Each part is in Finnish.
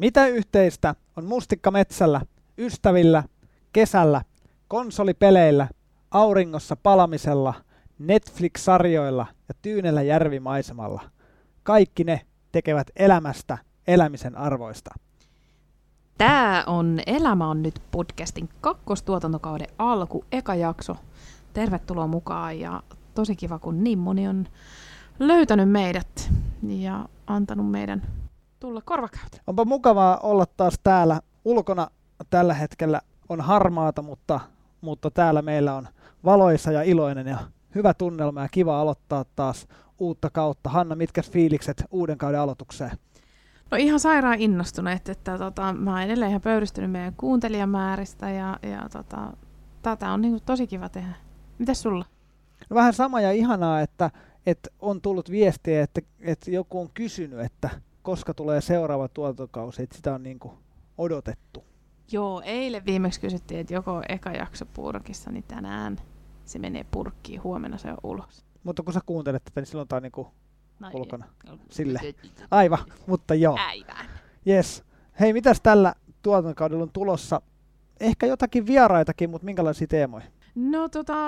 Mitä yhteistä on mustikkametsällä, ystävillä, kesällä, konsolipeleillä, auringossa palamisella, Netflix-sarjoilla ja tyynellä järvimaisemalla? Kaikki ne tekevät elämästä elämisen arvoista. Tää on Elämä on nyt podcastin kakkostuotantokauden alku, eka jakso. Tervetuloa mukaan ja tosi kiva, kun niin moni on löytänyt meidät ja antanut meidän tulla korvakäytä. Onpa mukavaa olla taas täällä. Ulkona tällä hetkellä on harmaata, mutta täällä meillä on valoisa ja iloinen ja hyvä tunnelma ja kiva aloittaa taas uutta kautta. Hanna, mitkä fiilikset uuden kauden aloitukseen? No ihan sairaan innostuneet, että mä oon edelleen ihan pöyristynyt meidän kuuntelijamääristä ja tätä on niin tosi kiva tehdä. Mitäs sulla? No vähän sama ja ihanaa, että on tullut viestiä, että joku on kysynyt, että koska tulee seuraava tuotantokausi, että sitä on niin kuin odotettu. Joo, eilen viimeksi kysyttiin, että joko eka jakso purkissa, niin tänään se menee purkkiin, huomenna se on ulos. Mutta kun sä kuuntelet tätä, niin silloin tää on niin kuin ulkona. Sille. Aivan. Aivan, mutta joo. Yes. Hei, mitäs tällä tuotantokaudella on tulossa? Ehkä jotakin vieraitakin, mutta minkälaisia teemoja? No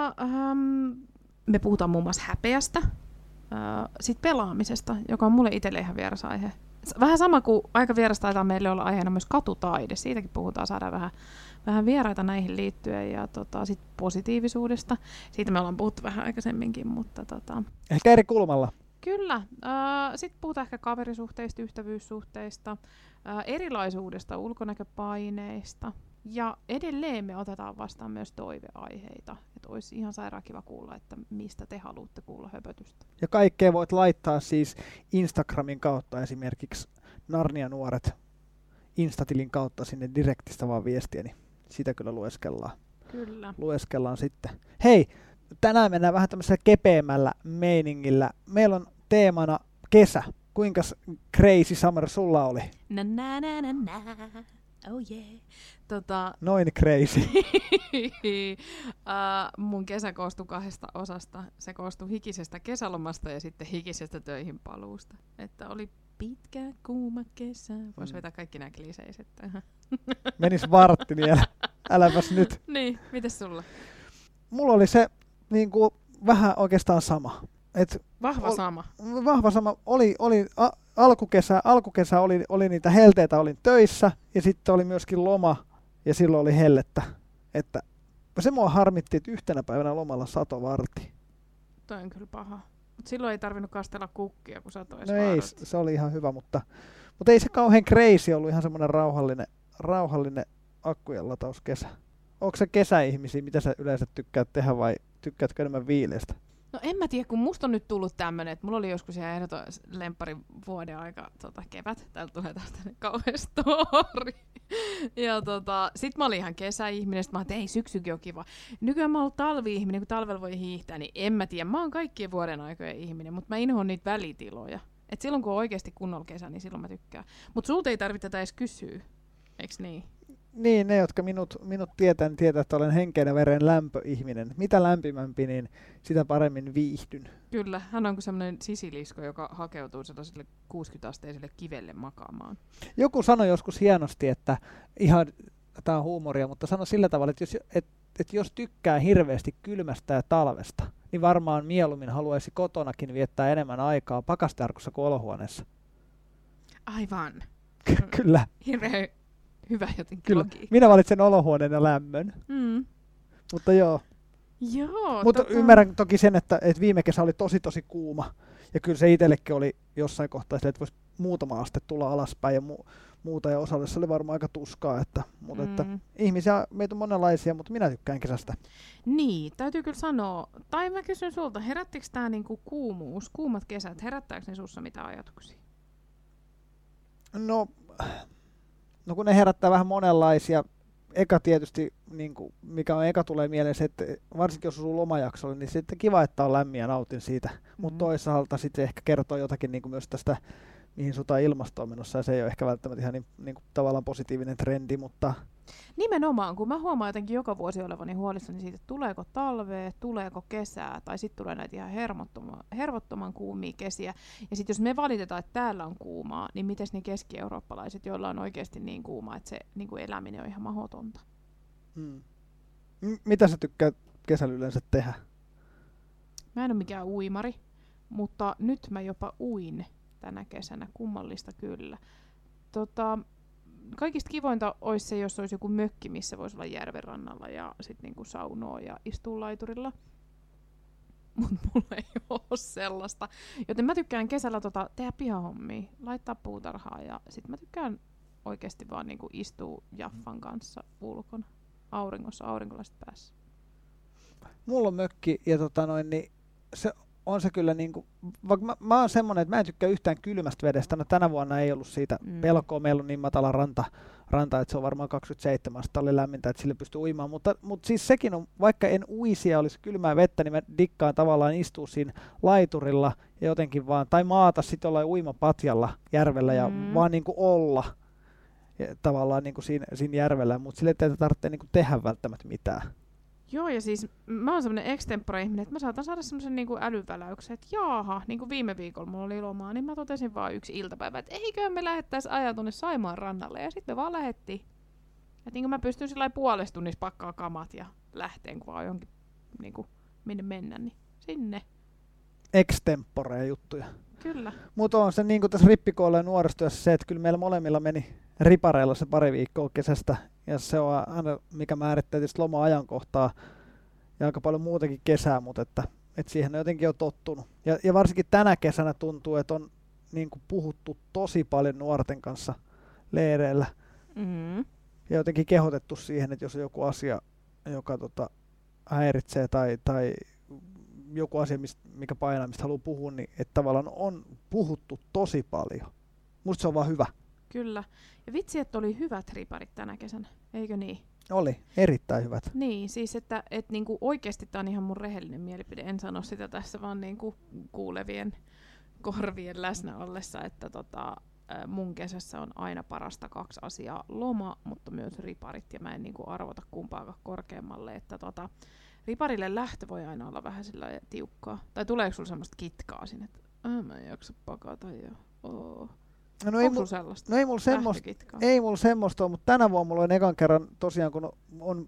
me puhutaan muun muassa häpeästä, sit pelaamisesta, joka on mulle itselle ihan vieras aihe. Vähän sama kuin aika vieras taitaa meille olla aiheena myös katutaide. Siitäkin puhutaan, saadaan vähän vieraita näihin liittyen ja sit positiivisuudesta. Siitä me ollaan puhuttu vähän aikaisemminkin, mutta Ehkä eri kulmalla. Kyllä. Sitten puhutaan ehkä kaverisuhteista, ystävyyssuhteista, erilaisuudesta, ulkonäköpaineista. Ja edelleen me otetaan vastaan myös toiveaiheita. Että olisi ihan sairaan kiva kuulla, että mistä te haluatte kuulla höpötystä. Ja kaikkea voit laittaa siis Instagramin kautta, esimerkiksi Narnia-nuoret Instatilin kautta sinne direktistä vaan viestiä, niin sitä kyllä lueskellaan. Kyllä. Lueskellaan sitten. Hei, tänään mennään vähän tämmöisellä kepeämmällä meiningillä. Meillä on teemana kesä. Kuinka crazy summer sulla oli? Oh yeah. Noin crazy. Mun kesä koostui 2 osasta. Se koostui hikisestä kesälomasta ja sitten hikisestä töihin paluusta. Että oli pitkä, kuuma kesä. Vois vetää kaikki nämä kliseiset tähän. Menis vartti vielä. Äläpäs nyt. Niin, mites sulla? Mulla oli se niinku vähän oikeastaan sama. Vahva sama. Oli alkukesä oli niitä helteitä, olin töissä ja sitten oli myöskin loma ja silloin oli hellettä. Että se mua harmitti, että yhtenä päivänä lomalla sato varti. Toi on kyllä paha. Mut silloin ei tarvinnut kastella kukkia, kun satoi. No ei, se oli ihan hyvä, mutta ei se kauhean crazy ollut, ihan semmoinen rauhallinen akkujen latauskesä. Onko se kesäihmisiä, mitä sä yleensä tykkäät tehdä vai tykkäätkö enemmän viileistä? No en mä tiedä, kun musta on nyt tullut tämmönen, että mulla oli joskus ihan ehdoton lemppari vuoden aika kevät. Täältä tulee taas tänne kauhean story. Ja sit mä olin ihan kesäihminen, sit mä ajattelin, että ei, syksykin on kiva. Nykyään mä oon ollut talvi-ihminen, kun talvella voi hiihtää, niin en mä tiedä. Mä oon kaikkien vuoden aikojen ihminen, mutta mä inhoan niitä välitiloja. Et silloin kun on oikeasti kunnolla kesä, niin silloin mä tykkään. Mut sulta ei tarvitse tätä edes kysyä, eiks niin? Niin, ne, jotka minut tietää, että olen henkeä ja veren lämpöihminen. Mitä lämpimämpi, niin sitä paremmin viihdyn. Kyllä, hän on kuin semmoinen sisilisko, joka hakeutuu sellaiselle 60-asteiselle kivelle makaamaan. Joku sanoi joskus hienosti, että ihan, tämä on huumoria, mutta sanoi sillä tavalla, että jos tykkää hirveästi kylmästä ja talvesta, niin varmaan mieluummin haluaisi kotonakin viettää enemmän aikaa pakastearkussa kuin olohuoneessa. Aivan. Kyllä. Hirveä hyvä jotenkin Kyllä. logiikka. Minä valitsen olohuoneen ja lämmön. Mutta joo. Mutta ymmärrän toki sen, että viime kesä oli tosi kuuma. Ja kyllä se itsellekin oli jossain kohtaa, että voisi muutama aste tulla alaspäin ja muuta. Ja osalle se oli varmaan aika tuskaa. Mutta että ihmisiä, meitä on monenlaisia, mutta minä tykkään kesästä. Niin, täytyy kyllä sanoa. Tai mä kysyn sulta, herättikö tämä niinku kuumuus, kuumat kesät, herättääkö ne sussa mitään ajatuksia? No kun ne herättää vähän monenlaisia. Eka tietysti, niin kuin, mikä on eka tulee mieleen se, että varsinkin jos on lomajaksolla, niin sitten kiva, että on lämmin ja nautin siitä. Mutta toisaalta sitten ehkä kertoo jotakin niin kuin myös tästä, mihin suuntaan ilmasto on menossa. Ja se ei ole ehkä välttämättä ihan niin kuin, tavallaan positiivinen trendi, mutta Nimenomaan, kun mä huomaan jotenkin joka vuosi olevani huolissani siitä, että tuleeko talvea, tuleeko kesää, tai sitten tulee näitä ihan hervottoman kuumia kesiä. Ja sitten jos me valitetaan, että täällä on kuumaa, niin mites ne keski-eurooppalaiset, joilla on oikeasti niin kuuma, että se niin kuin eläminen on ihan mahdotonta. Mitä sä tykkäät kesällä yleensä tehdä? Mä en ole mikään uimari, mutta nyt mä jopa uin tänä kesänä, kummallista kyllä. Kaikista kivointa olisi se, jos olisi joku mökki, missä voisi olla järven rannalla ja sitten niinku saunoo ja istuu laiturilla. Mutta mulla ei ole sellaista. Joten mä tykkään kesällä tehdä pihahommia, laittaa puutarhaa ja sitten mä tykkään oikeasti vaan niinku istua Jaffan kanssa ulkona auringossa, aurinkolasit päässä. Mulla on mökki ja niin se on se kyllä niinku, vaikka mä oon semmonen, että mä en tykkää yhtään kylmästä vedestä. No tänä vuonna ei ollut siitä pelkoa, meillä on niin matala ranta, että se on varmaan 27 astetta, oli lämmintä, että sille pystyy uimaan. Mutta siis sekin on, vaikka en uisi ja olisi kylmää vettä, niin mä dikkaan tavallaan istua siinä laiturilla ja jotenkin vaan, tai maata sitten jollain uimapatjalla järvellä ja vaan niinku olla ja tavallaan niinku siinä järvellä, mutta sille ei tarvitse niinku tehdä välttämättä mitään. Joo, ja siis mä oon semmonen extempore-ihminen, että mä saatan saada semmosen niinku älyväläyksen, että jaaha, niinku viime viikolla mulla oli lomaa, niin mä totesin vaan yksi iltapäivä, että eiköhän me lähettäis ajaa tonne Saimaan rannalle, ja sitten me vaan lähettiin. Että niinku mä pystyn sillä puolesta tunnissa pakkaa kamat ja lähteen, kun vaan johonkin niinku minne mennä, niin sinne. Extempore juttuja. Kyllä. Mutta on se niinku tässä rippikoululla ja nuorisotyössä se, että kyllä meillä molemmilla meni ripareilla se pari viikkoa kesästä, ja se on aina, mikä määrittää tietysti loma-ajankohtaa ja aika paljon muutakin kesää, mutta että siihen on jotenkin jo tottunut. Ja varsinkin tänä kesänä tuntuu, että on niin kuin puhuttu tosi paljon nuorten kanssa leireillä. Ja jotenkin kehotettu siihen, että jos on joku asia, joka häiritsee tai joku asia, mikä painaa, mistä haluaa puhua, niin että tavallaan on puhuttu tosi paljon. Musta se on vaan hyvä. Kyllä. Ja vitsi, että oli hyvät riparit tänä kesänä, eikö niin? Oli, erittäin hyvät. Niin, siis että niinku oikeasti tämä on ihan mun rehellinen mielipide, en sano sitä tässä vaan niinku kuulevien korvien läsnä ollessa, että mun kesässä on aina parasta 2 asiaa, loma, mutta myös riparit, ja mä en niinku arvota kumpaakaan korkeammalle, että riparille lähtö voi aina olla vähän sillä tiukkaa. Tai tuleeko sulla semmoista kitkaa sinne, että mä en jaksa pakata ja No ei mulla semmoista, mutta tänä vuonna mulla on ekan kerran tosiaan, kun on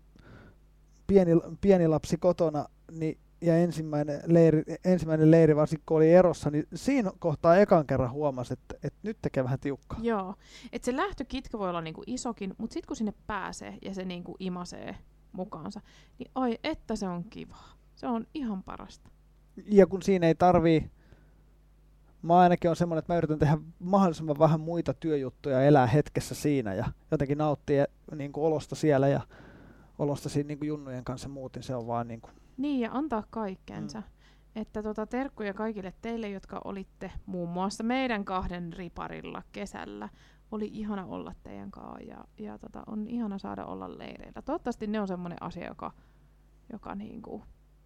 pieni lapsi kotona, niin, ja ensimmäinen leiri varsinkin kun oli erossa, niin siinä kohtaa ekan kerran huomasi, että nyt tekee vähän tiukkaa. Joo, että se lähtökitka voi olla niinku isokin, mutta sitten kun sinne pääsee ja se niinku imasee mukaansa, niin ai että se on kivaa. Se on ihan parasta. Ja kun siinä ei tarvii, mä ainakin on semmoinen, että mä yritän tehdä mahdollisimman vähän muita työjuttuja ja elää hetkessä siinä ja jotenkin nauttia niin kuin olosta siellä ja olosta siinä niin kuin junnujen kanssa muutin, se on vaan niin kuin. Niin, ja antaa kaikkensa. Että terkkuja kaikille teille, jotka olitte muun muassa meidän 2 riparilla kesällä. Oli ihana olla teidän kanssa ja on ihana saada olla leireillä. Toivottavasti ne on semmoinen asia, joka niinku,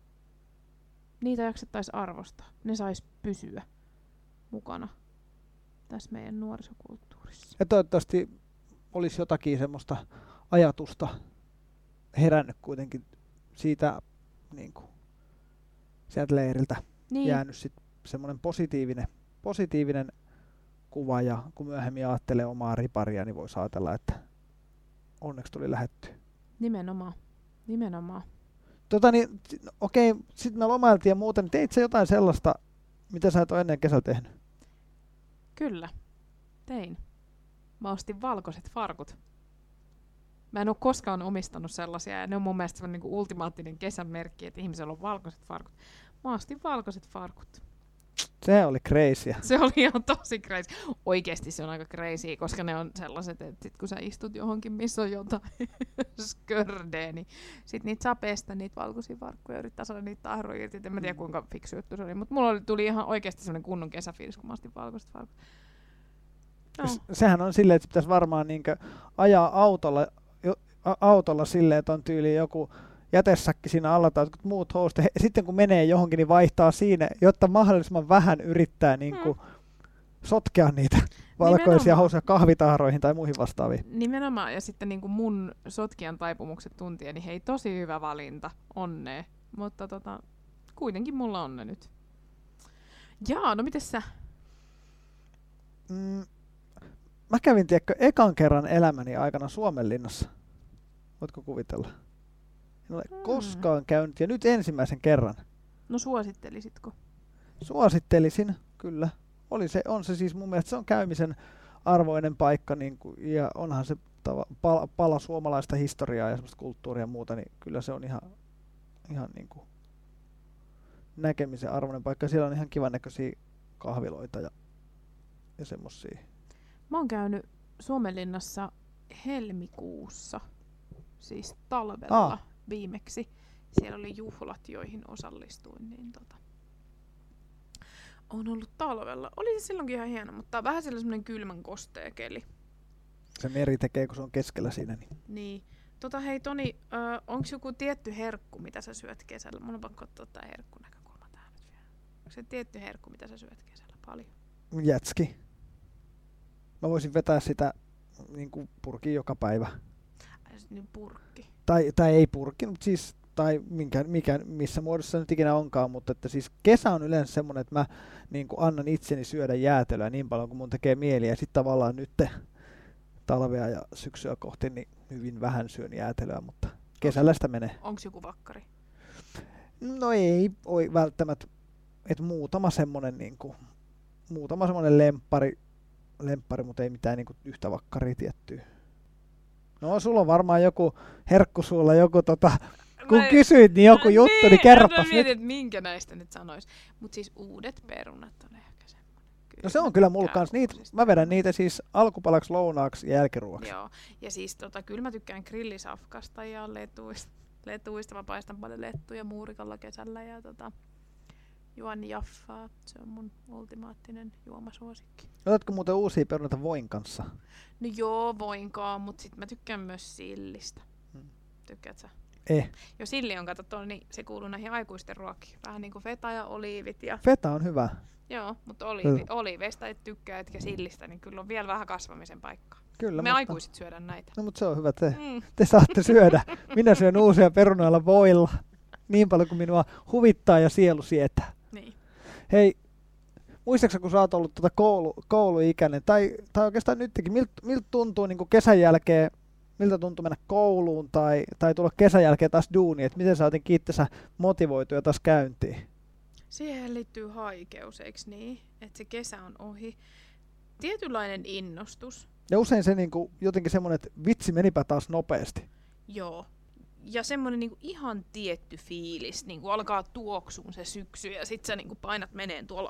niitä jaksettaisiin arvostaa. Ne sais pysyä mukana tässä meidän nuorisokulttuurissa. Ja toivottavasti olisi jotakin semmoista ajatusta herännyt kuitenkin siitä niin kuin, sieltä leiriltä jäänyt sitten semmoinen positiivinen kuva, ja kun myöhemmin ajattelee omaa riparia, niin voisi ajatella, että onneksi tuli lähettyä. Nimenomaan. Okei, sitten me lomailtiin ja muuten, niin teit sä jotain sellaista, mitä sä et ole ennen kesällä tehnyt? Kyllä, tein. Mä ostin valkoiset farkut. Mä en ole koskaan omistanut sellaisia, ja ne on mun mielestä niin kuin ultimaattinen kesän merkki, että ihmisellä on valkoiset farkut. Mä ostin valkoiset farkut. Se oli crazyä. Se oli ihan tosi crazy. Oikeesti se on aika crazy, koska ne on sellaiset, että sit kun sä istut johonkin, missä on jotain skördeä, niin sit niitä saa pestä, niitä valkoisia farkkuja, yrittää saada niitä tahroja irti. En mä tiedä, kuinka fiksu juttu se oli, mutta mulla tuli ihan oikeesti semmoinen kunnon kesäfiilis, kun mä ostin valkoiset farkut. No. Sehän on silleen, että pitäisi varmaan niinkö ajaa autolla silleen, että on tyyli joku jätesäkki siinä alla tai muut housut. Sitten kun menee johonkin, niin vaihtaa siinä, jotta mahdollisimman vähän yrittää niin kuin sotkea niitä valkoisia housuja kahvitaaroihin tai muihin vastaaviin. Nimenomaan, ja sitten niin kuin mun sotkijan taipumukset tuntien, niin hei, tosi hyvä valinta, onnea. Mutta kuitenkin mulla on ne nyt. Jaa, no mites sä? Mä kävin, tiedätkö, ekan kerran elämäni aikana Suomenlinnassa. Voitko kuvitella? En ole koskaan käynyt, ja nyt ensimmäisen kerran. No suosittelisitko? Suosittelisin, kyllä. On se siis mun mielestä, se on käymisen arvoinen paikka, niin kuin, ja onhan se pala suomalaista historiaa ja semmoista kulttuuria ja muuta, niin kyllä se on ihan niin kuin näkemisen arvoinen paikka. Siellä on ihan kivan näköisiä kahviloita ja semmosia. Mä oon käynyt Suomenlinnassa helmikuussa, siis talvella viimeksi. Siellä oli juhlat, joihin osallistuin, niin on ollut talvella. Oli se silloinkin ihan hieno, mutta vähän semmoinen kylmän kostea keli. Se meri tekee, kun se on keskellä siinä. Niin. Hei Toni, onko joku tietty herkku, mitä sä syöt kesällä? Mun on pakko ottaa tää herkkunäkökulma tähän nyt vielä. Onko se tietty herkku, mitä sä syöt kesällä paljon? Jätski. Mä voisin vetää sitä niin kuin purkin joka päivä. Niin purkki. Tai ei purkki, mutta siis, tai missä muodossa nyt ikinä onkaan, mutta että siis kesä on yleensä semmoinen, että mä niin kuin annan itseni syödä jäätelöä niin paljon kuin mun tekee mieli, ja sitten tavallaan nyt talvea ja syksyä kohti niin hyvin vähän syön jäätelöä, mutta kesällä sitä menee. Onko joku vakkari? No ei ole välttämättä, että muutama semmoinen lemppari, mutta ei mitään niin kuin yhtä vakkaria tiettyä. No sulla on varmaan joku herkku sulla, kun kysyit, niin joku juttu, niin kerropas nyt. Mä mietin, että minkä näistä nyt sanois. Mut siis uudet perunat on ehkä semmoinen. No se on kyllä mulla kans. Mä vedän niitä siis alkupalaksi, lounaaksi ja jälkiruoksi. Joo, ja siis kyllä mä tykkään grillisafkasta ja letuista. Mä paistan paljon lettuja muurikalla kesällä ja juon jaffaa. Se on mun ultimaattinen juomasuosikki. Otatko muuten uusia perunoita voin kanssa? No joo, voinkaan, mutta sit mä tykkään myös sillistä. Tykkäät sä? Jo silli on katsottu, niin se kuuluu näihin aikuisten ruokiin. Vähän niinku feta ja oliivit. Feta on hyvä. Joo, mutta oliiveista et tykkää, etkä sillistä, niin kyllä on vielä vähän kasvamisen paikkaa. Kyllä, me aikuiset syödään näitä. No mutta se on hyvä, te saatte syödä. Minä syön uusia perunoilla voilla niin paljon kuin minua huvittaa ja sielu sietää. Niin. Hei, muistaaksä kun sä oot ollut kouluikäinen, tai oikeastaan nytkin, miltä tuntuu niin kuin kesän jälkeen, miltä tuntuu mennä kouluun tai tulla kesän jälkeen taas duuniin, että miten sä jotenkin itsensä motivoitua taas käyntiin? Siihen liittyy haikeus, eikö niin? Että se kesä on ohi. Tietynlainen innostus. Ja usein se niin kuin, jotenkin semmoinen, että vitsi menipä taas nopeasti. Joo. Ja semmoinen niinku ihan tietty fiilis, niinku alkaa tuoksuun se syksy ja sit sä niinku painat meneen tuolla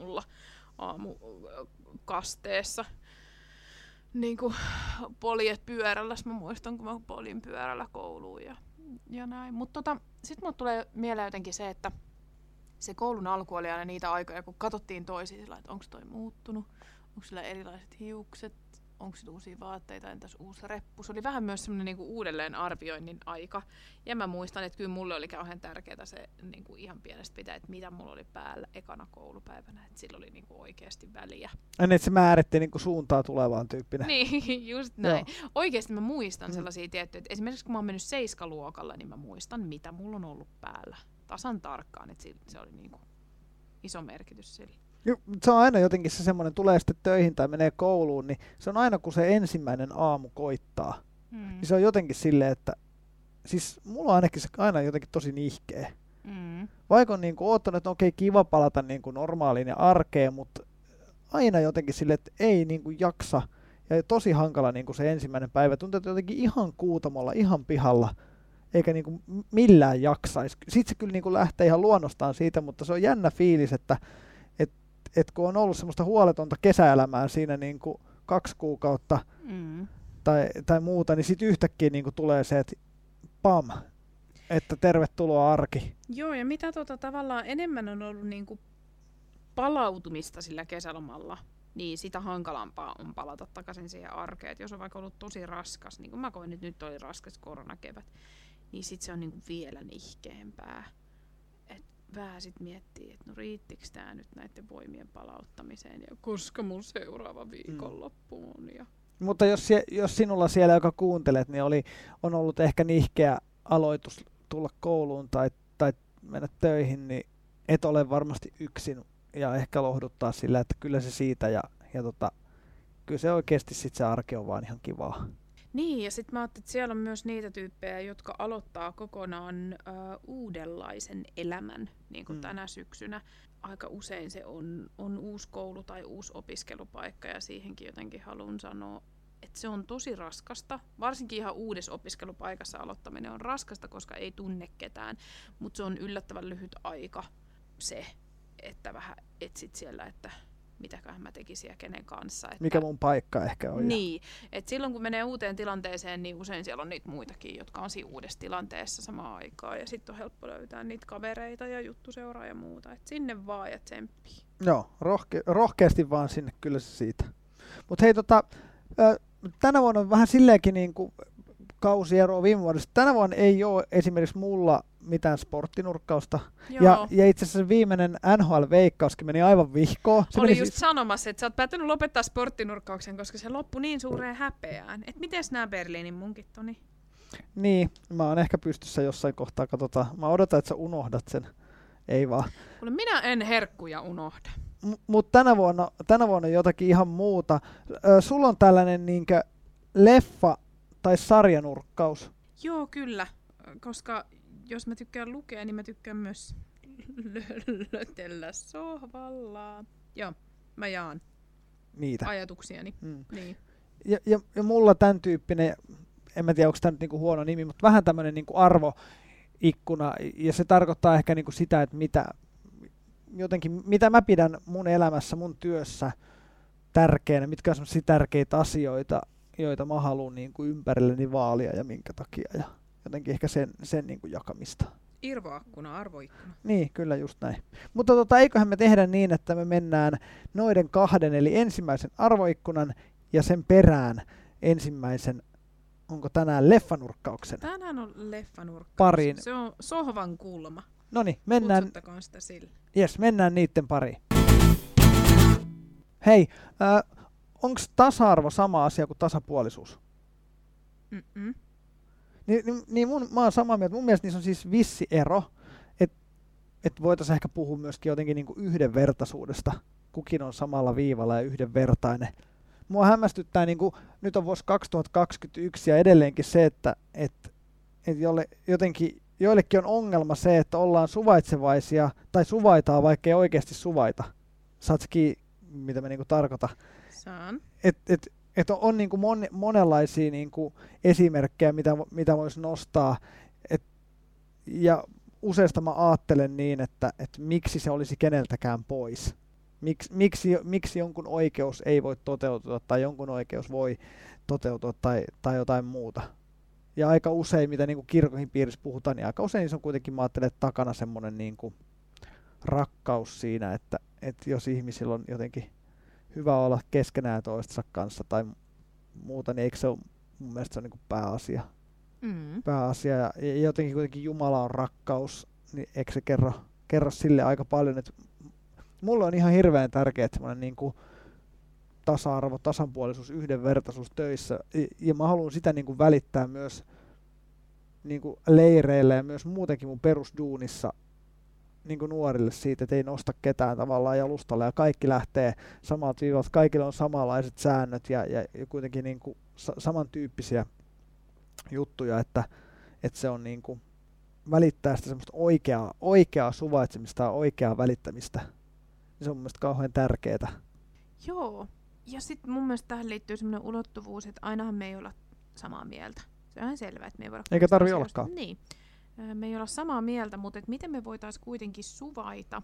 aamukasteessa. Niinku poljet pyörällä, mä muistan kun mä poljin pyörällä kouluun ja näin. Mutta sit mulle tulee mieleen jotenkin se, että se koulun alku oli aina niitä aikoja, kun katsottiin toisiin, että onko toi muuttunut, onko sillä erilaiset hiukset, onko sit uusia vaatteita, entäs uusi reppu. Se oli vähän myös semmoinen niinku uudelleenarvioinnin aika. Ja mä muistan, että kyllä mulle oli kauhean tärkeää se niinku ihan pienestä pitää, että mitä mulla oli päällä ekana koulupäivänä. Että sillä oli niinku oikeasti väliä. Että se määritti niinku suuntaa tulevaan tyyppinä. Niin, just näin. Joo. Oikeasti mä muistan sellaisia tiettyjä, että esimerkiksi kun mä oon mennyt 7-luokalla, niin mä muistan, mitä mulla on ollut päällä. Tasan tarkkaan, että se oli niinku iso merkitys sillä. Se on aina jotenkin se semmoinen, tulee sitten töihin tai menee kouluun, niin se on aina kun se ensimmäinen aamu koittaa. Niin se on jotenkin silleen, että siis mulla on ainakin se aina jotenkin tosi nihkeä. Vaikka on niinku oottanut, että okei, kiva palata niinku normaaliin ja arkeen, mutta aina jotenkin silleen, että ei niinku jaksa. Ja tosi hankala niinku se ensimmäinen päivä. Tuntuu, että jotenkin ihan kuutamolla, ihan pihalla, eikä niinku millään jaksaisi. Sitten se kyllä niinku lähtee ihan luonnostaan siitä, mutta se on jännä fiilis, että kun on ollut semmoista huoletonta kesäelämää siinä niinku 2 kuukautta tai muuta, niin sitten yhtäkkiä niinku tulee se, että pam, että tervetuloa arki. Joo, ja mitä tavallaan enemmän on ollut niinku palautumista sillä kesälomalla, niin sitä hankalampaa on palata takaisin siihen arkeen. Et jos on vaikka ollut tosi raskas, niin kuin mä koin, että nyt oli raskas koronakevät, niin sitten se on niinku vielä nihkeämpää. vähän sit miettii, että no riittikö tää nyt näiden voimien palauttamiseen ja koska mun seuraava viikonloppu on. Ja... Mutta jos sinulla siellä, joka kuuntelet, niin on ollut ehkä nihkeä aloitus tulla kouluun tai mennä töihin, niin et ole varmasti yksin ja ehkä lohduttaa sillä, että kyllä se siitä ja kyllä se oikeasti sit se arki on vaan ihan kivaa. Niin, ja sitten mä ajattelin, että siellä on myös niitä tyyppejä, jotka aloittaa kokonaan uudenlaisen elämän, niin kuin tänä syksynä. Aika usein se on uusi koulu tai uusi opiskelupaikka, ja siihenkin jotenkin haluan sanoa, että se on tosi raskasta. Varsinkin ihan uudessa opiskelupaikassa aloittaminen on raskasta, koska ei tunne ketään, mutta se on yllättävän lyhyt aika se, että vähän etsit siellä, että mitäköhän mä tekisin ja kenen kanssa. Että mikä mun paikka ehkä on. Niin, että silloin kun menee uuteen tilanteeseen, niin usein siellä on niitä muitakin, jotka on siinä uudessa tilanteessa samaan aikaan. Ja sitten on helppo löytää niitä kavereita ja juttuseuraa ja muuta. Et sinne vaan ja tsemppii. Joo, rohkeasti vaan sinne, kyllä se siitä. Mutta hei, tänä vuonna on vähän silleenkin niin kuin kausieroa viime vuodesta. Tänä vuonna ei ole esimerkiksi mulla mitään sporttinurkkausta. Ja itse asiassa viimeinen NHL-veikkauskin meni aivan vihkoon. Se oli just sanomassa, että sä oot päättänyt lopettaa sporttinurkkauksen, koska se loppui niin suureen häpeään. Et mites nää Berliinin munkit, Toni? Niin, mä oon ehkä pystyssä jossain kohtaa, katsotaan. Mä odotan, että sä unohdat sen. Ei vaan. Minä en herkkuja unohda. Mutta tänä vuonna jotakin ihan muuta. Sulla on tällainen niinkö leffa- tai sarjanurkkaus. Joo, kyllä. Koska jos mä tykkään lukea, niin mä tykkään myös lötellä sohvalla. Joo, mä jaan niitä ajatuksiani. Niin. Ja mulla tämän tyyppinen, en mä tiedä onko tämä nyt niinku huono nimi, mutta vähän tämmöinen niinku arvoikkuna. Ja se tarkoittaa ehkä niinku sitä, että mitä mä pidän mun elämässä, mun työssä tärkeänä, mitkä on sellaisia tärkeitä asioita, joita mä haluan niinku ympärilleni vaalia ja minkä takia. Ja jotenkin ehkä sen niinku jakamista. Arvoikkuna. Niin, kyllä just näin. Mutta eiköhän me tehdä niin, että me mennään noiden kahden, eli ensimmäisen arvoikkunan ja sen perään ensimmäisen, onko tänään leffanurkkauksen? Tänään on leffanurkkaus. Pariin. Se on sohvan kulma. Noniin, mennään. Kutsuttakoon sitä sille. Jes, mennään niitten pariin. Hei, onko tasa-arvo sama asia kuin tasapuolisuus? Niin mä oon samaa mieltä. Mun mielestä niissä on siis vissi ero, että voitaisiin ehkä puhua myöskin jotenkin niinku yhdenvertaisuudesta. Kukin on samalla viivalla ja yhdenvertainen. Mua hämmästyttää, niinku, nyt on vuosi 2021 ja edelleenkin se, että joillekin on ongelma se, että ollaan suvaitsevaisia tai suvaitaan, vaikka ei oikeasti suvaita. Saatko mitä mä niinku tarkoitan? Saan. Että on niinku monenlaisia niinku esimerkkejä, mitä voisi nostaa. Ja useasta mä ajattelen niin, että miksi se olisi keneltäkään pois. Miksi jonkun oikeus ei voi toteutua tai jonkun oikeus voi toteutua tai jotain muuta. Ja aika usein, mitä niinku kirkon piirissä puhutaan, niin aika usein se on kuitenkin, mä ajattelen, takana semmoinen niinku rakkaus siinä, että jos ihmisillä on jotenkin hyvä olla keskenään toistensa kanssa tai muuta, niin eikö se ole, mun mielestä se on niin kuin pääasia. Ja jotenkin kuitenkin Jumala on rakkaus, niin eikö se kerro sille aika paljon, että mulle on ihan hirveän tärkeää semmoinen niin kuin tasa-arvo, tasapuolisuus, yhdenvertaisuus töissä, ja mä haluan sitä niin kuin välittää myös niin kuin leireillä ja myös muutenkin mun perusduunissa niin kuin nuorille siitä, että ei nosta ketään tavallaan jalustalle ja kaikki lähtee samalta viivalta, kaikilla on samanlaiset säännöt ja kuitenkin niin kuin samantyyppisiä juttuja, että se on niin kuin välittää sitä semmoista oikeaa suvaitsemista ja oikeaa välittämistä. Se on mun mielestä kauhean tärkeää. Joo, ja sitten mun mielestä tähän liittyy semmoinen ulottuvuus, että ainahan me ei olla samaa mieltä. Se on ihan selvä, että me ei voida... Eikä tarvitse ollakaan. Niin. Me ei olla samaa mieltä, mutta et miten me voitaisiin kuitenkin suvaita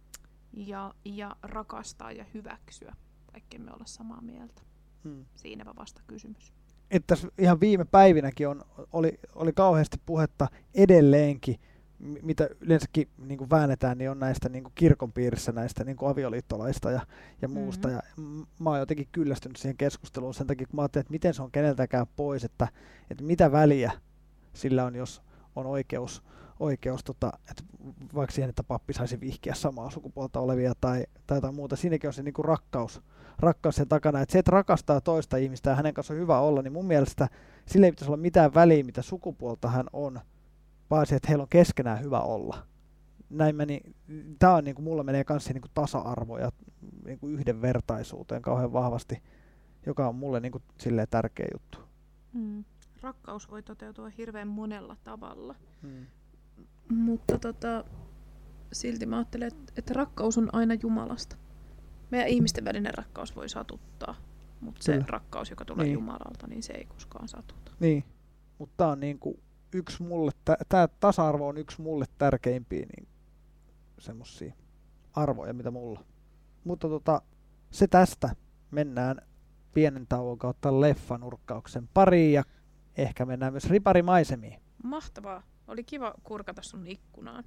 ja rakastaa ja hyväksyä, vaikka me olla samaa mieltä. Siinäpä vasta kysymys. Että ihan viime päivinäkin oli kauheasti puhetta edelleenkin, mitä yleensäkin niin kuin väännetään, niin on näistä niin kuin kirkon piirissä näistä niin kuin avioliittolaista ja muusta. Ja mä oon jotenkin kyllästynyt siihen keskusteluun sen takia, kun mä ajattelin, että miten se on keneltäkään pois, että mitä väliä sillä on, jos on oikeus oikeus, että vaikka siihen, että pappi saisi vihkiä samaa sukupuolta olevia tai jotain muuta. Siinäkin on se niin kuin rakkaus sen takana. Että se, että rakastaa toista ihmistä ja hänen kanssa on hyvä olla, niin mun mielestä sillä ei pitäisi olla mitään väliä, mitä sukupuolta hän on, vaan se, että heillä on keskenään hyvä olla. Tämä on, niin kuin, mulla menee kanssa niin kuin tasa-arvo ja niin kuin yhdenvertaisuuteen kauhean vahvasti, joka on mulle niin kuin silleen tärkeä juttu. Rakkaus voi toteutua hirveän monella tavalla. Mutta silti mä ajattelen, että rakkaus on aina Jumalasta. Meidän ihmisten välinen rakkaus voi satuttaa, mutta se rakkaus, joka tulee Jumalalta, niin se ei koskaan satuta. Niin, mutta tämä on niinku yksi mulle, tämä tasa-arvo on yksi mulle tärkeimpiä niin semmosia arvoja, mitä mulla. Mutta se tästä. Mennään pienen tauon kautta leffanurkkauksen pariin ja ehkä mennään myös riparimaisemiin. Mahtavaa. Oli kiva kurkata sun ikkunaan.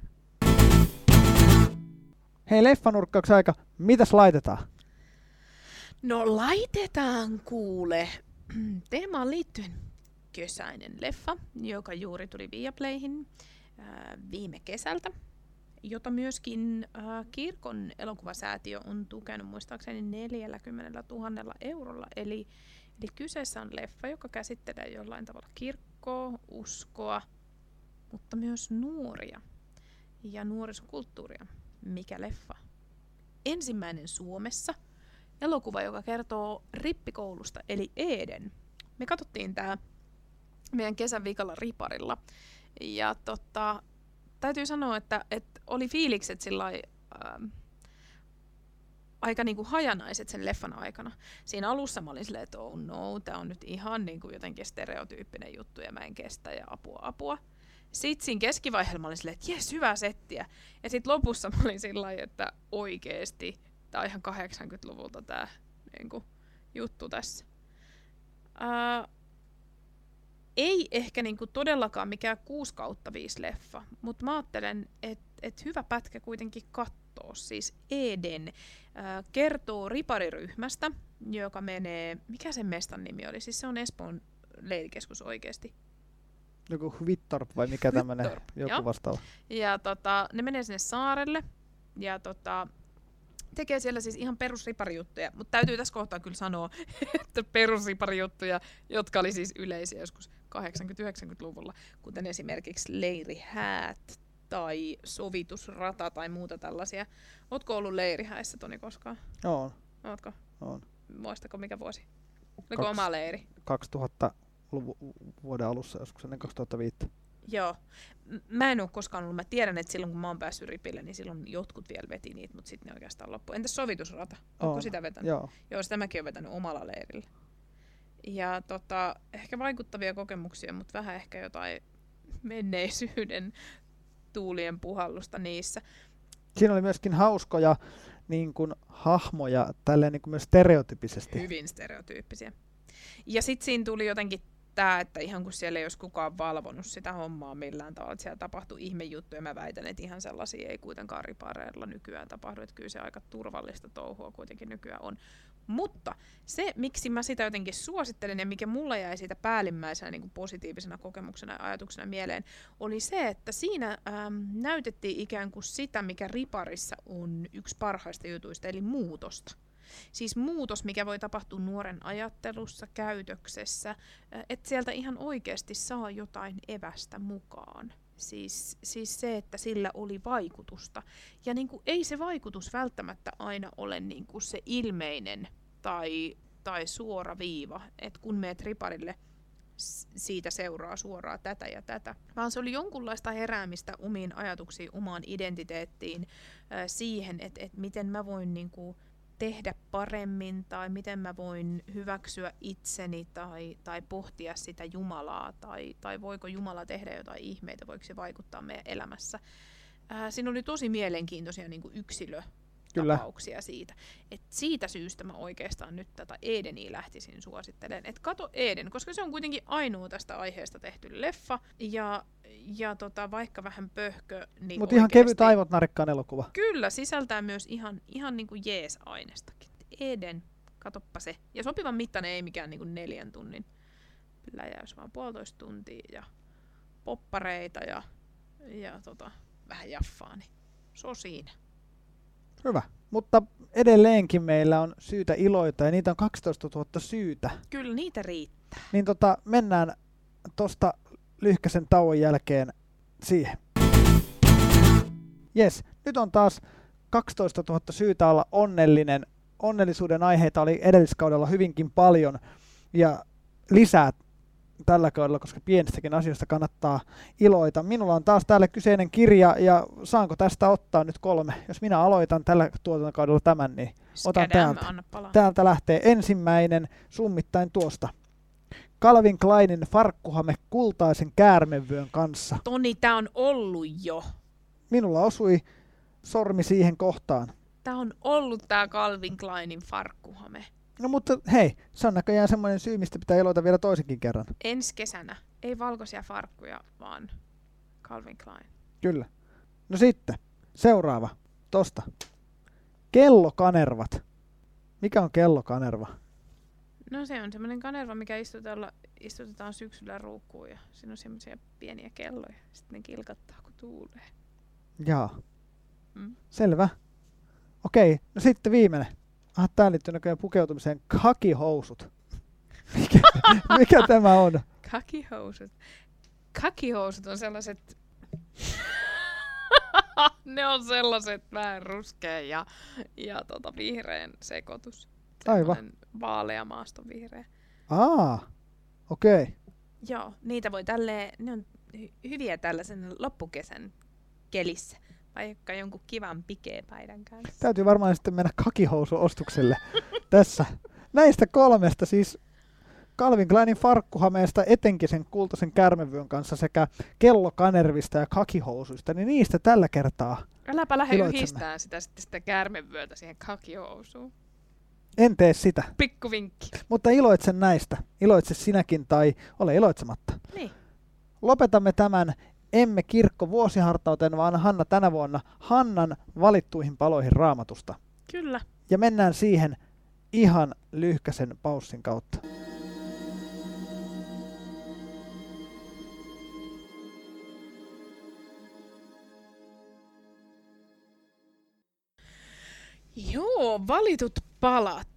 Hei, leffanurkkauksen aika. Mitäs laitetaan? No laitetaan kuule. Teemaan liittyen kesäinen leffa, joka juuri tuli Viaplayhin viime kesältä, jota myöskin kirkon elokuvasäätiö on tukenut muistaakseni 40 000 eurolla. Eli kyseessä on leffa, joka käsittelee jollain tavalla kirkkoa, uskoa, mutta myös nuoria ja nuorisokulttuuria. Mikä leffa? Ensimmäinen Suomessa elokuva, joka kertoo rippikoulusta, eli Eden. Me katsottiin tää meidän kesän viikolla riparilla. Ja täytyy sanoa, että oli fiilikset sillai, aika niinku hajanaiset sen leffan aikana. Siinä alussa mä olin silleen, että oh no, tää on nyt ihan niinku jotenkin stereotyyppinen juttu ja mä en kestä ja apua. Sitten siinä keskivaiheella mä olin silleen, että jes, hyvää settiä. Ja sitten lopussa mä olin sillä lailla, että oikeesti, tää on ihan 80-luvulta tää niinku, juttu tässä. Ei ehkä niinku todellakaan mikään 6/5 leffa, mutta mä ajattelen, että hyvä pätkä kuitenkin kattoo. Siis Eden kertoo ripariryhmästä, joka menee, mikä sen mestan nimi oli? Siis se on Espoon leirikeskus oikeesti. Joku Hvittorp vai mikä tämmönen, joku vastaava. Ja ne menee sinne saarelle ja tekee siellä siis ihan perusriparijuttuja, mutta täytyy tässä kohtaa kyllä sanoa, että perusriparijuttuja, jotka oli siis yleisiä joskus 80-90-luvulla, kuten esimerkiksi leirihäät tai sovitusrata tai muuta tällaisia. Ootko ollut leirihäissä, Toni, koskaan? Oon. Ootko? Oon. Muistako mikä vuosi? Oliko oma leiri? 2000-luvun vuoden alussa, joskus ennen 2005. Joo. Mä en ole koskaan ollut. Mä tiedän, että silloin kun mä oon päässyt ripille, niin silloin jotkut vielä veti niitä, mutta sitten ne oikeastaan loppu. Entäs sovitusrata? Ootko sitä vetänyt? Joo, sitä mäkin oon vetänyt omalla leirillä. Ja ehkä vaikuttavia kokemuksia, mutta vähän ehkä jotain menneisyyden tuulien puhallusta niissä. Siinä oli myöskin hauskoja niin kuin hahmoja, tälleen niin kuin myös stereotypisesti. Hyvin stereotyyppisiä. Ja sitten siinä tuli jotenkin tämä, että ihan kun siellä ei olisi kukaan valvonut sitä hommaa millään tavalla, että siellä tapahtui ihmejuttuja, mä väitän, että ihan sellaisia ei kuitenkaan ripareilla nykyään tapahdu, että kyllä se aika turvallista touhua kuitenkin nykyään on. Mutta se, miksi mä sitä jotenkin suosittelen ja mikä mulla jäi siitä päällimmäisenä niin kuin positiivisena kokemuksena ja ajatuksena mieleen, oli se, että siinä näytettiin ikään kuin sitä, mikä riparissa on yksi parhaista jutuista, eli muutosta. Siis muutos, mikä voi tapahtua nuoren ajattelussa, käytöksessä, että sieltä ihan oikeasti saa jotain evästä mukaan. Siis se, että sillä oli vaikutusta. Ja niin kuin, ei se vaikutus välttämättä aina ole niin kuin se ilmeinen tai suora viiva, että kun meet riparille, siitä seuraa suoraan tätä ja tätä. Vaan se oli jonkunlaista heräämistä omiin ajatuksiin, omaan identiteettiin, siihen, että miten mä voin niin kuin tehdä paremmin tai miten mä voin hyväksyä itseni tai pohtia sitä Jumalaa tai voiko Jumala tehdä jotain ihmeitä, voiko se vaikuttaa meidän elämässä. Siinä oli tosi mielenkiintoisia niin kuin yksilötapauksia siitä. Et siitä syystä mä oikeastaan nyt tätä Edeniä lähtisin suosittelemaan. Et kato Eden, koska se on kuitenkin ainoa tästä aiheesta tehty leffa ja vaikka vähän pöhkö, niin mutta ihan kevyt aivot narikkaan elokuva. Kyllä, sisältää myös ihan niin kuin jees-ainestakin. Eden, katoppa se. Ja sopivan mittainen, ei mikään niin kuin 4 tunnin läjäys, vaan 1,5 tuntia ja poppareita ja ja vähän jaffaa, niin se on siinä. Hyvä, mutta edelleenkin meillä on syytä iloita ja niitä on 12 000 syytä. Kyllä niitä riittää. Niin mennään tosta lyhkäisen tauon jälkeen siihen. Jes, nyt on taas 12 000 syytä olla onnellinen. Onnellisuuden aiheita oli edelliskaudella hyvinkin paljon ja lisää tällä kaudella, koska pienistäkin asioista kannattaa iloita. Minulla on taas täällä kyseinen kirja ja saanko tästä ottaa nyt 3? Jos minä aloitan tällä tuotantokaudella tämän, niin otan täältä. Täältä lähtee ensimmäinen summittain tuosta. Calvin Kleinin farkkuhame kultaisen käärmevyön kanssa. Toni, tää on ollut jo. Minulla osui sormi siihen kohtaan. Tää on ollut tää Calvin Kleinin farkkuhame. No mutta hei, se on näköjään semmoinen syy, mistä pitää iloita vielä toisenkin kerran. Ensi kesänä. Ei valkoisia farkkuja, vaan Calvin Klein. Kyllä. No sitten, seuraava. Tosta. Kellokanervat. Mikä on kellokanerva? No se on semmoinen kanerva, mikä istutetaan syksyllä ruukkuun ja siinä on semmoisia pieniä kelloja. Sitten ne kilkattaa, kun tuulee. Jaa. Selvä. Okei, no sitten viimeinen. Tää liittyy näköjään pukeutumiseen. Kakihousut. Mikä tämä on? Kakihousut. Kakihousut on sellaiset... ne on sellaiset vähän ruskeen ja vihreän sekoitus. Aivan. Vaalea maaston vihreä. Okei. Okay. Joo, niitä voi ne on hyviä tällaisen loppukesän kelissä. Vaikka jonkun kivan pikeepäivän kanssa. Täytyy varmaan sitten mennä kakihousuostukselle tässä. Näistä 3 siis Calvin Kleinin farkkuhameesta, etenkin sen kultaisen käärmevyön kanssa sekä kellokanervista ja kakihousuista, niin niistä tällä kertaa äläpä lähde yhdistää sitä käärmevyötä siihen kakihousuun. En tee sitä. Pikku vinkki. Mutta iloitse näistä. Iloitse sinäkin tai ole iloitsematta. Niin. Lopetamme tämän emme Kirkko vuosihartauteen, vaan Hanna tänä vuonna Hannan valittuihin paloihin Raamatusta. Kyllä. Ja mennään siihen ihan lyhkäisen paussin kautta. Joo, valitut palat.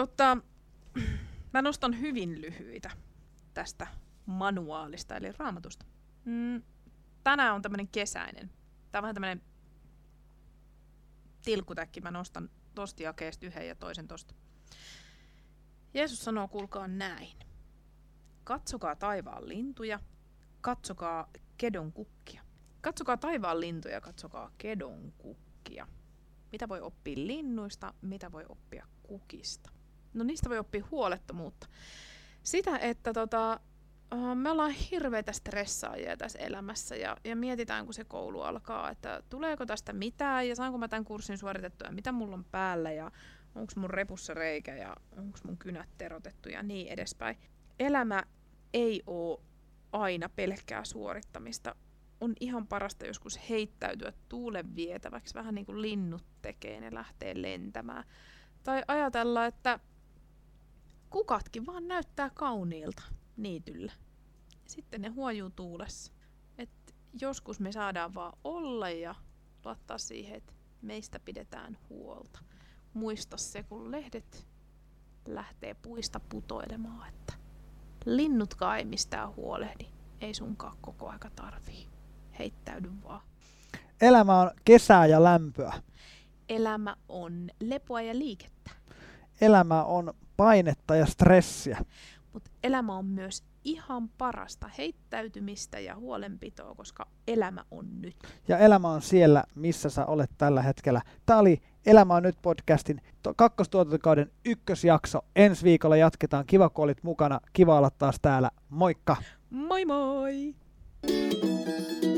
Mä nostan hyvin lyhyitä tästä manuaalista, eli Raamatusta. Tänään on tämmönen kesäinen. Tää on vähän tämmönen tilkkutäkki. Mä nostan tosta jakeesta yhden ja toisen tosta. Jeesus sanoo, kuulkaa näin. Katsokaa taivaan lintuja, katsokaa kedon kukkia. Katsokaa taivaan lintuja, katsokaa kedon kukkia. Mitä voi oppia linnuista, mitä voi oppia kukista? No niistä voi oppia huolettomuutta. Sitä, että me ollaan hirveitä stressaajia tässä elämässä ja mietitään, kun se koulu alkaa, että tuleeko tästä mitään ja saanko mä tämän kurssin suoritettua ja mitä mulla on päällä ja onko mun repussa reikä ja onko mun kynät terotettu ja niin edespäin. Elämä ei ole aina pelkkää suorittamista. On ihan parasta joskus heittäytyä tuulen vietäväksi, vähän niin kuin linnut tekee, ne lähtee lentämään. Tai ajatella, että kukatkin vaan näyttää kauniilta niityllä. Sitten ne huojuu tuulessa. Et joskus me saadaan vaan olla ja luottaa siihen, että meistä pidetään huolta. Muista se, kun lehdet lähtee puista putoilemaan, että linnutkaan ei mistään huolehdi. Ei sunkaan koko aika tarvii. Heittäydy vaan. Elämä on kesää ja lämpöä. Elämä on lepoa ja liikettä. Elämä on painetta ja stressiä. Mutta elämä on myös ihan parasta heittäytymistä ja huolenpitoa, koska elämä on nyt. Ja elämä on siellä, missä sä olet tällä hetkellä. Tämä oli Elämä on nyt -podcastin kakkostuotantokauden ykkösjakso. Ensi viikolla jatketaan. Kiva, kun olit mukana. Kiva olla taas täällä. Moikka! Moi moi!